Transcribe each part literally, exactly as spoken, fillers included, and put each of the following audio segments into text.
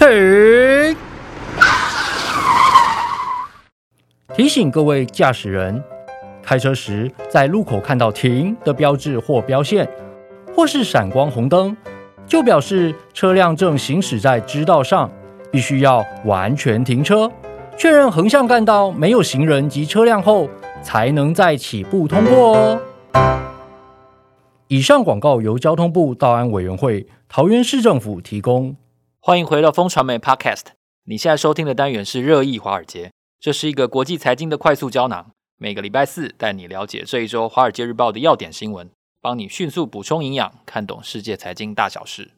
停！提醒各位驾驶人，开车时在路口看到停的标志或标线，或是闪光红灯，就表示车辆正行驶在支道上，必须要完全停车，确认横向干道没有行人及车辆后，才能再起步通过哦。以上广告由交通部道安委员会、桃园市政府提供。 欢迎回到风传媒 Podcast， 你现在收听的单元是热议华尔街，这是一个国际财经的快速胶囊，每个礼拜四带你了解这一周华尔街日报的要点新闻，帮你迅速补充营养，看懂世界财经大小事。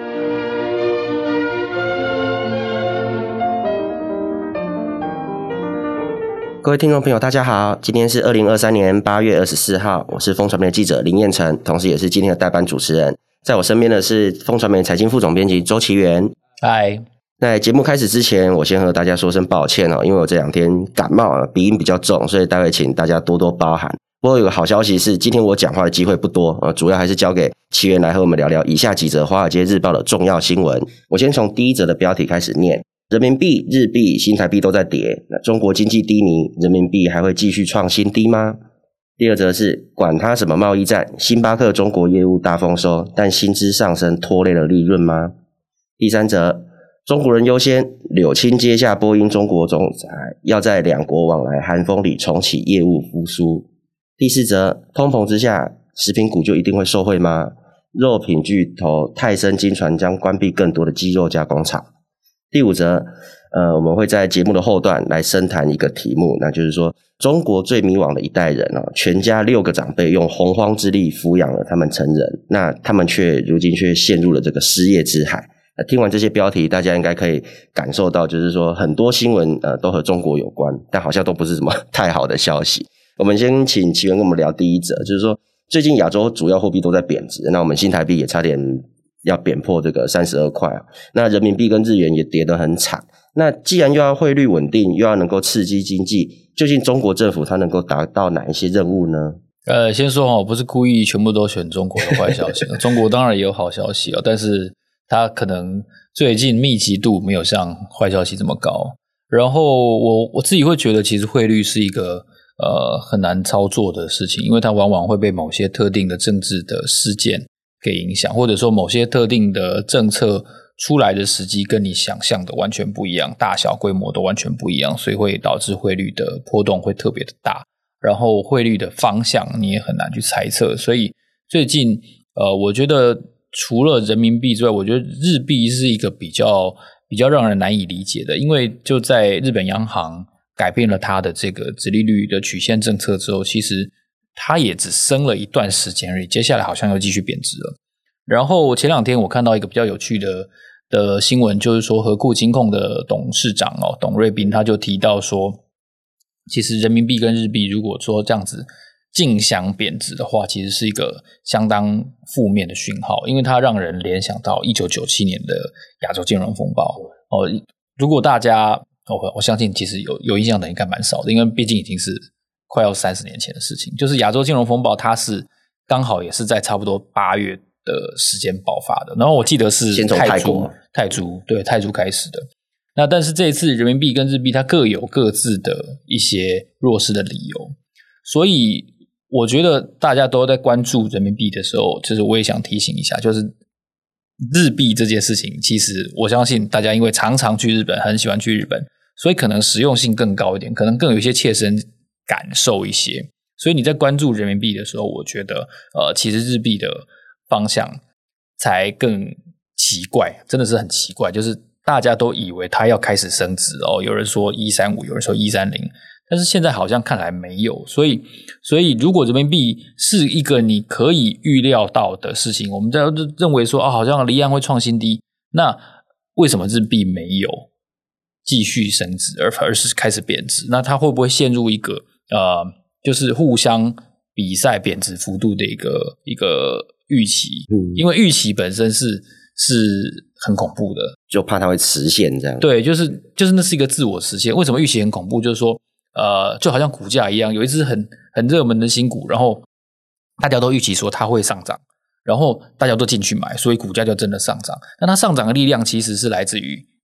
各位听众朋友大家好，今天是二零二三年八月二十四号，我是风传媒的记者林彦成，同时也是今天的代班主持人。在我身边的是风传媒财经副总编辑周岐原。 嗨， 在节目开始之前，我先和大家说声抱歉哦，因为我这两天感冒，鼻音比较重，所以待会请大家多多包涵。不过有个好消息是，今天我讲话的机会不多，呃，主要还是交给岐原来和我们聊聊以下几则华尔街日报的重要新闻。我先从第一则的标题开始念。人民币、日币、新台币都在跌，那中国经济低迷，人民币还会继续创新低吗？第二则是管它什么贸易战，星巴克中国业务大丰收，但薪资上升拖累了利润吗？第三则，中国人优先，柳青接下波音中国总裁，要在两国往来寒风里重启业务复苏。第四则，通膨之下，食品股就一定会受惠吗？肉品巨头泰森金传将关闭更多的鸡肉加工厂。第五则，呃，我们会在节目的后段来深谈一个题目，那就是说中国最迷惘的一代人哦，全家六个长辈用洪荒之力抚养了他们成人，那他们却如今却陷入了这个失业之海。那听完这些标题，大家应该可以感受到，就是说很多新闻呃都和中国有关，但好像都不是什么太好的消息。我们先请岐原跟我们聊第一则，就是说最近亚洲主要货币都在贬值，那我们新台币也差点要贬破这个三十二块，那人民币跟日元也跌得很惨。那既然又要汇率稳定，又要能够刺激经济，究竟中国政府它能够达到哪一些任务呢？ 呃，先说哦，不是故意全部都选中国的坏消息，中国当然也有好消息哦，但是它可能最近密集度没有像坏消息这么高。然后我我自己会觉得，其实汇率是一个呃很难操作的事情，因为它往往会被某些特定的政治的事件给影响，或者说某些特定的政策出来的时机跟你想象的完全不一样，大小规模都完全不一样，所以会导致汇率的波动会特别的大，然后汇率的方向你也很难去猜测。所以最近呃，我觉得除了人民币之外，我觉得日币是一个比较比较让人难以理解的，因为就在日本央行改变了它的这个殖利率的曲线政策之后，其实它也只升了一段时间而已，接下来好像又继续贬值了。然后前两天我看到一个比较有趣的的新闻，就是说和库金控的董事长哦，董瑞斌他就提到说，其实人民币跟日币如果说这样子竞相贬值的话，其实是一个相当负面的讯号，因为它让人联想到一九九七年的亚洲金融风暴哦。如果大家我我相信其实有有印象的应该蛮少的，因为毕竟已经是快要三十年前的事情，就是亚洲金融风暴，它是刚好也是在差不多八月的时间爆发的。然后我记得是泰铢，泰铢对泰铢开始的。那但是这一次人民币跟日币它各有各自的一些弱势的理由，所以我觉得大家都在关注人民币的时候，就是我也想提醒一下，就是日币这件事情，其实我相信大家因为常常去日本，很喜欢去日本，所以可能实用性更高一点，可能更有一些切身感受一些。所以你在关注人民币的时候，我觉得呃，其实日币的方向才更奇怪，真的是很奇怪，就是大家都以为它要开始升值哦，有人说一三五，有人说一三零，但是现在好像看来没有。所以所以如果人民币是一个你可以预料到的事情，我们在认为说啊，好像离岸会创新低，那为什么日币没有继续升值，而而是开始贬值？那它会不会陷入一个呃，就是互相比赛贬值幅度的一个一个预期？嗯，因为预期本身是是很恐怖的， 就怕它会实现这样。 对，就是就是那是一个自我实现。为什么预期很恐怖？就是说，呃，就好像股价一样，有一只很很热门的新股，然后大家都预期说它会上涨，然后大家都进去买，所以股价就真的上涨。那它上涨的力量其实是来自于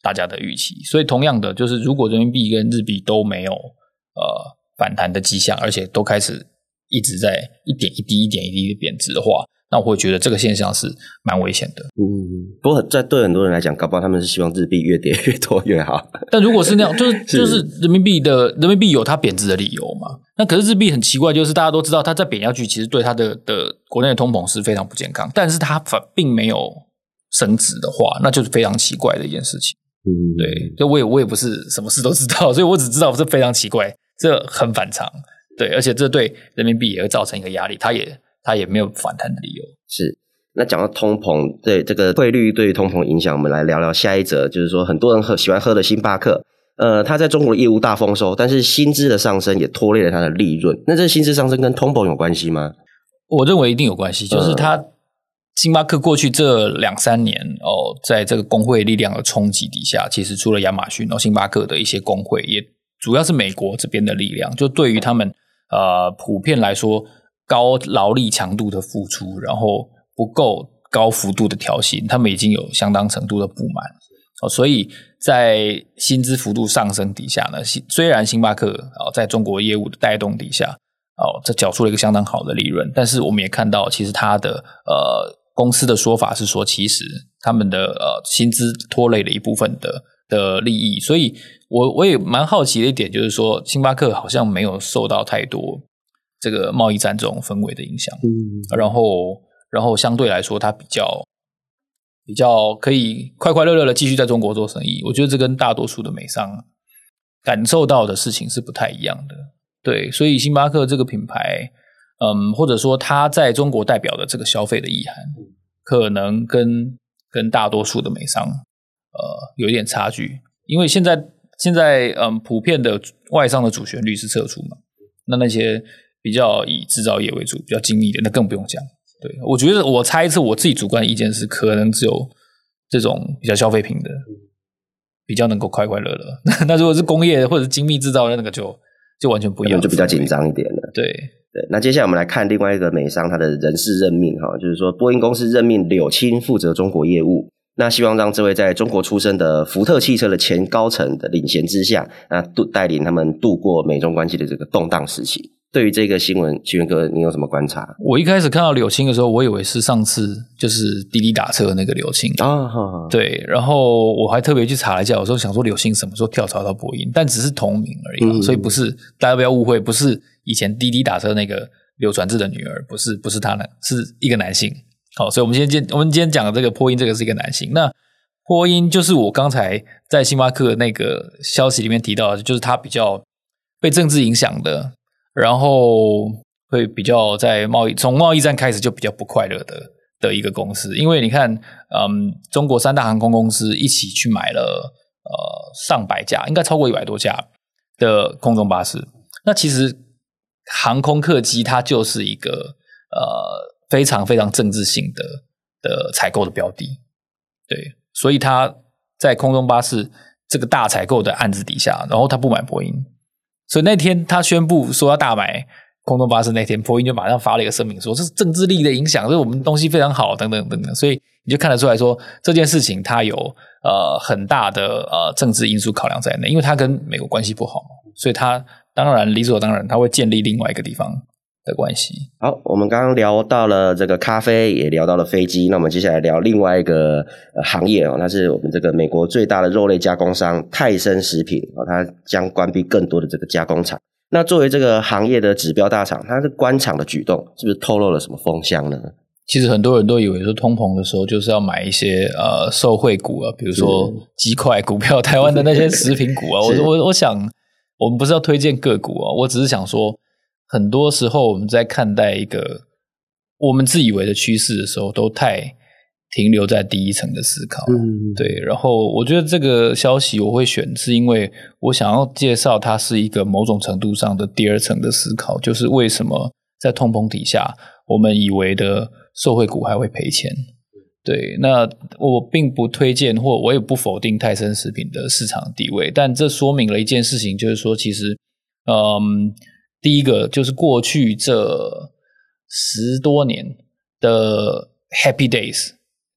大家的预期。所以同样的，就是如果人民币跟日币都没有呃反弹的迹象，而且都开始一直在一点一滴一点一滴的贬值的话，那我会觉得这个现象是蛮危险的。 嗯，不过在对很多人来讲，搞不好他们是希望日币越跌越多越好。 但如果是那样，就是就是人民币的人民币有它贬值的理由嘛？那可是日币很奇怪，就是大家都知道它再贬下去，其实对它的的国内的通膨是非常不健康，但是它反并没有升值的话，那就是非常奇怪的一件事情。 嗯， 对，就我也我也不是什么事都知道，所以我只知道这非常奇怪，这很反常。对，而且这对人民币也会造成一个压力，它也它也没有反弹的理由。 是。那讲到通膨，对这个汇率对于通膨影响，我们来聊聊下一则，就是说很多人喝喜欢喝的星巴克，呃，它在中国的业务大丰收，但是薪资的上升也拖累了它的利润。那这薪资上升跟通膨有关系吗？ 我认为一定有关系，就是它、嗯、星巴克过去这两三年哦，在这个工会力量的冲击底下，其实除了亚马逊，然后星巴克的一些工会，也主要是美国这边的力量，就对于他们呃普遍来说高劳力强度的付出，然后不够高幅度的调薪，他们已经有相当程度的不满、哦、所以在薪资幅度上升底下呢，虽然星巴克、哦、在中国业务的带动底下哦，这缴出了一个相当好的利润，但是我们也看到其实他的呃公司的说法是说，其实他们的呃薪资拖累了一部分的的利益，所以我我也蛮好奇的一点就是说，星巴克好像没有受到太多这个贸易战这种氛围的影响，嗯，然后然后相对来说，它比较比较可以快快乐乐的继续在中国做生意。我觉得这跟大多数的美商感受到的事情是不太一样的。对，所以星巴克这个品牌，嗯，或者说它在中国代表的这个消费的意涵，可能跟跟大多数的美商呃有一点差距。因为现在现在嗯普遍的外商的主旋律是撤出嘛，那那些比较以制造业为主、比较精密的，那更不用讲。对，我觉得我猜一次我自己主观的意见是，可能只有这种比较消费品的，比较能够快快乐乐。那如果是工业或者是精密制造的那个就就完全不一样， 就比较紧张一点了。 对对，那接下来我们来看另外一个美商它的人事任命哈，就是说波音公司任命柳青负责中国业务。那希望让这位在中国出生的福特汽车的前高层的领衔之下，那带领他们度过美中关系的这个动荡时期。对于这个新闻，奇源哥你有什么观察？ 我一开始看到柳青的时候，我以为是上次就是滴滴打车那个柳青啊，对，然后我还特别去查了一下，有时候想说柳青什么时候跳槽到波音，但只是同名而已、嗯、所以不是，大家不要误会，不是以前滴滴打车那个柳传志的女儿，不是不是他呢，是一个男性。好，所以我们今天我们今天讲的这个波音，这个是一个男性。那波音就是我刚才在星巴克那个消息里面提到的，就是他比较被政治影响的。然后会比较在贸易从贸易战开始就比较不快乐的的一个公司，因为你看，嗯，中国三大航空公司一起去买了呃上百架，应该超过一百多架的空中巴士。那其实航空客机它就是一个呃非常非常政治性的的采购的标的，对，所以它在空中巴士这个大采购的案子底下，然后他不买波音。所以那天他宣布说要大买空中巴士那天，波音就马上发了一个声明说这是政治利益的影响，所以我们东西非常好等等等等，所以你就看得出来说这件事情它有呃很大的呃政治因素考量在内，因为它跟美国关系不好嘛，所以它当然理所当然它会建立另外一个地方的关系。 好，我们刚刚聊到了这个咖啡，也聊到了飞机，那我们接下来聊另外一个、呃、行业哦，那是我们这个美国最大的肉类加工商泰森食品哦，它将关闭更多的这个加工厂。那作为这个行业的指标大厂，它是关厂的举动，是不是透露了什么风向呢？ 其实很多人都以为说通膨的时候就是要买一些呃受惠股啊，比如说鸡块股票、台湾的那些食品股啊。我我我想我们不是要推荐个股啊，我只是想说。很多时候我们在看待一个我们自以为的趋势的时候，都太停留在第一层的思考。嗯，对。然后我觉得这个消息我会选，是因为我想要介绍它是一个某种程度上的第二层的思考，就是为什么在通膨底下，我们以为的受惠股还会赔钱。对，那我并不推荐，或我也不否定泰森食品的市场地位，但这说明了一件事情，就是说其实，嗯。第一个就是过去这十多年的 Happy Days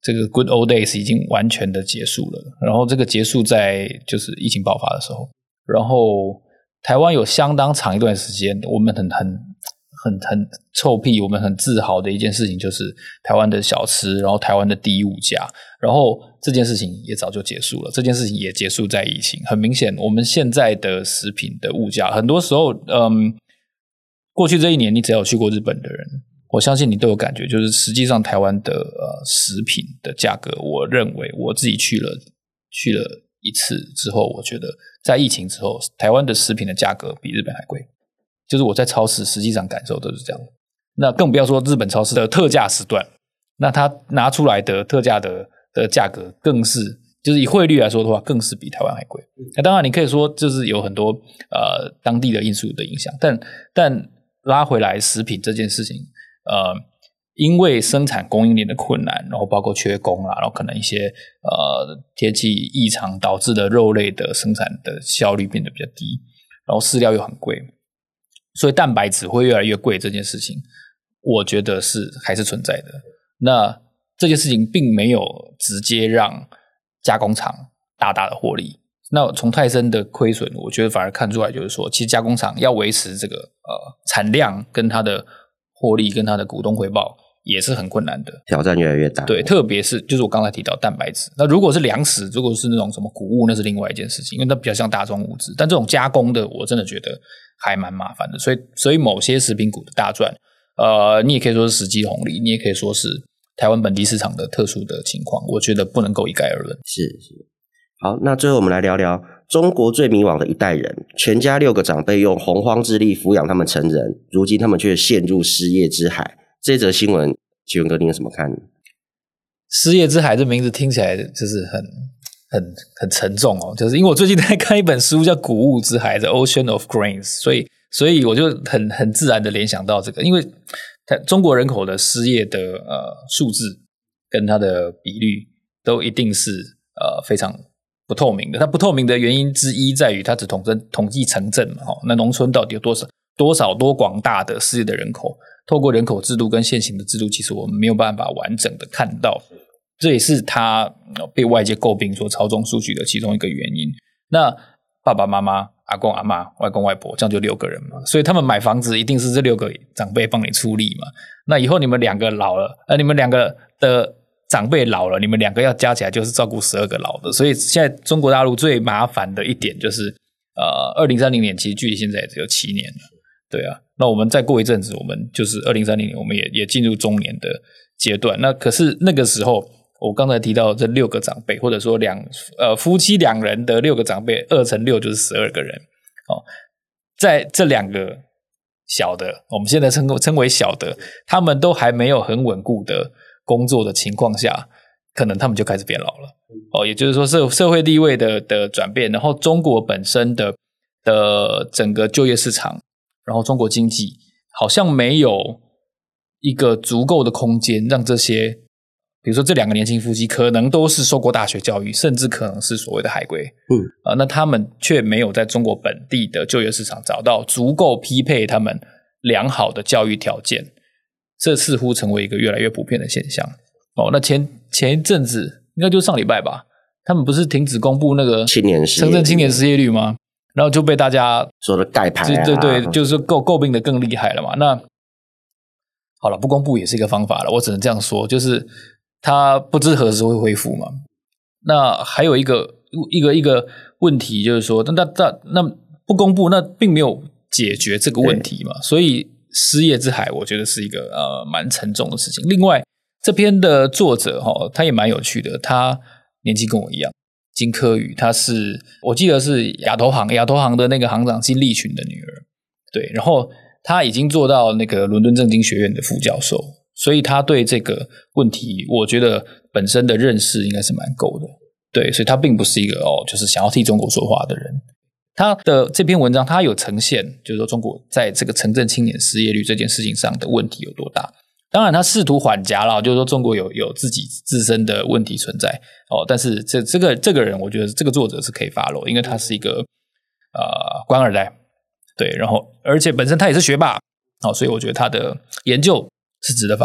这个 good old days 已经完全的结束了，然后这个结束在就是疫情爆发的时候，然后台湾有相当长一段时间，我们很很很很臭屁，我们很自豪的一件事情就是台湾的小吃，然后台湾的低物价，然后这件事情也早就结束了，这件事情也结束在疫情。很明显，我们现在的食品的物价，很多时候，嗯，过去这一年，你只要有去过日本的人，我相信你都有感觉，就是实际上台湾的呃食品的价格，我认为我自己去了去了一次之后，我觉得在疫情之后，台湾的食品的价格比日本还贵。就是我在超市实际上感受都是这样，那更不要说日本超市的特价时段，那它拿出来的特价的的价格更是，就是以汇率来说的话，更是比台湾还贵。那当然你可以说就是有很多呃当地的因素的影响，但但拉回来食品这件事情，呃，因为生产供应链的困难，然后包括缺工啊，然后可能一些呃天气异常导致的肉类的生产的效率变得比较低，然后饲料又很贵。所以蛋白质会越来越贵这件事情，我觉得是还是存在的。那这件事情并没有直接让加工厂大大的获利。那从泰森的亏损，我觉得反而看出来就是说，其实加工厂要维持这个呃产量跟它的获利跟它的股东回报也是很困难的， 挑战越来越大。 对，特别是就是我刚才提到蛋白质，那如果是粮食，如果是那种什么谷物，那是另外一件事情，因为那比较像大宗物质。但这种加工的，我真的觉得还蛮麻烦的。所以，所以某些食品股的大赚，呃，你也可以说是时机红利，你也可以说是台湾本地市场的特殊的情况，我觉得不能够一概而论。 是是。好，那最后我们来聊聊中国最迷惘的一代人，全家六个长辈用洪荒之力抚养他们成人，如今他们却陷入失业之海。这则新闻，启文哥你有什么看？ 失业之海这名字听起来就是很很很沉重哦，就是因为我最近在看一本书叫《谷物之海》The Ocean of Grains， 所以所以我就很很自然的联想到这个，因为中国人口的失业的呃数字跟它的比率都一定是呃非常不透明的。它不透明的原因之一在于它只统计统计城镇嘛，那农村到底有多少多少多广大的失业的人口？透过人口制度跟现行的制度，其实我们没有办法完整的看到，这也是他被外界诟病说操纵数据的其中一个原因。那爸爸妈妈、阿公阿嬷、外公外婆，这样就六个人嘛，所以他们买房子一定是这六个长辈帮你出力嘛。那以后你们两个老了，呃，你们两个的长辈老了，你们两个要加起来就是照顾十二个老的。所以现在中国大陆最麻烦的一点就是，呃，二零三零年其实距离现在也只有七年了。对啊，那我们再过一阵子，我们就是二零三零年，我们也也进入中年的阶段。那可是那个时候，我刚才提到这六个长辈，或者说两呃夫妻两人的六个长辈，二乘六就是十二个人。哦，在这两个小的，我们现在称称为小的，他们都还没有很稳固的工作的情况下，可能他们就开始变老了。哦，也就是说社社会地位的的转变，然后中国本身的的整个就业市场。然后中国经济好像没有一个足够的空间让这些，比如说这两个年轻夫妻可能都是受过大学教育，甚至可能是所谓的海归，嗯，啊，那他们却没有在中国本地的就业市场找到足够匹配他们良好的教育条件，这似乎成为一个越来越普遍的现象。哦，那前前一阵子应该就是上礼拜吧，他们不是停止公布那个青年失业城镇青年失业率吗？然后就被大家说的盖牌啊， 对对对，就是诟诟病的更厉害了嘛。那好了，不公布也是一个方法了，我只能这样说，就是它不知何时会恢复嘛。那还有一个一个一个问题就是说，那那那不公布，那并没有解决这个问题嘛。所以失业之海，我觉得是一个呃蛮沉重的事情。另外，这篇的作者哈、哦，他也蛮有趣的，他年纪跟我一样。金科宇，他是我记得是亚投行亚投行的那个行长金立群的女儿，对，然后他已经做到那个伦敦政经学院的副教授，所以他对这个问题，我觉得本身的认识应该是蛮够的，对，所以他并不是一个哦，就是想要替中国说话的人。他的这篇文章，他有呈现，就是说中国在这个城镇青年失业率这件事情上的问题有多大。当然他试图缓颊了，就是说中国有有自己自身的问题存在哦，但是这这个这个人我觉得这个作者是可以 follow， 因为他是一个呃官二代，对，然后而且本身他也是学霸哦，所以我觉得他的研究是值得 follow 的。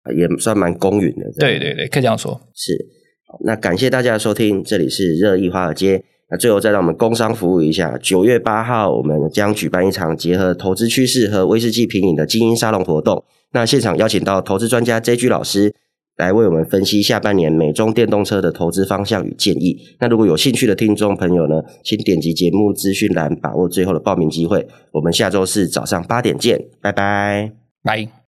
也算蛮公允的。 对对对，可以这样说。 是，那感谢大家的收听，这里是热议华尔街。那最后再让我们工商服务一下，九月八号我们将举办一场结合投资趋势和威士忌品饮的精英沙龙活动。那现场邀请到投资专家 J G 老师来为我们分析下半年美中电动车的投资方向与建议。那如果有兴趣的听众朋友呢，请点击节目资讯栏把握最后的报名机会。我们下周四早上八点见，拜拜。 拜。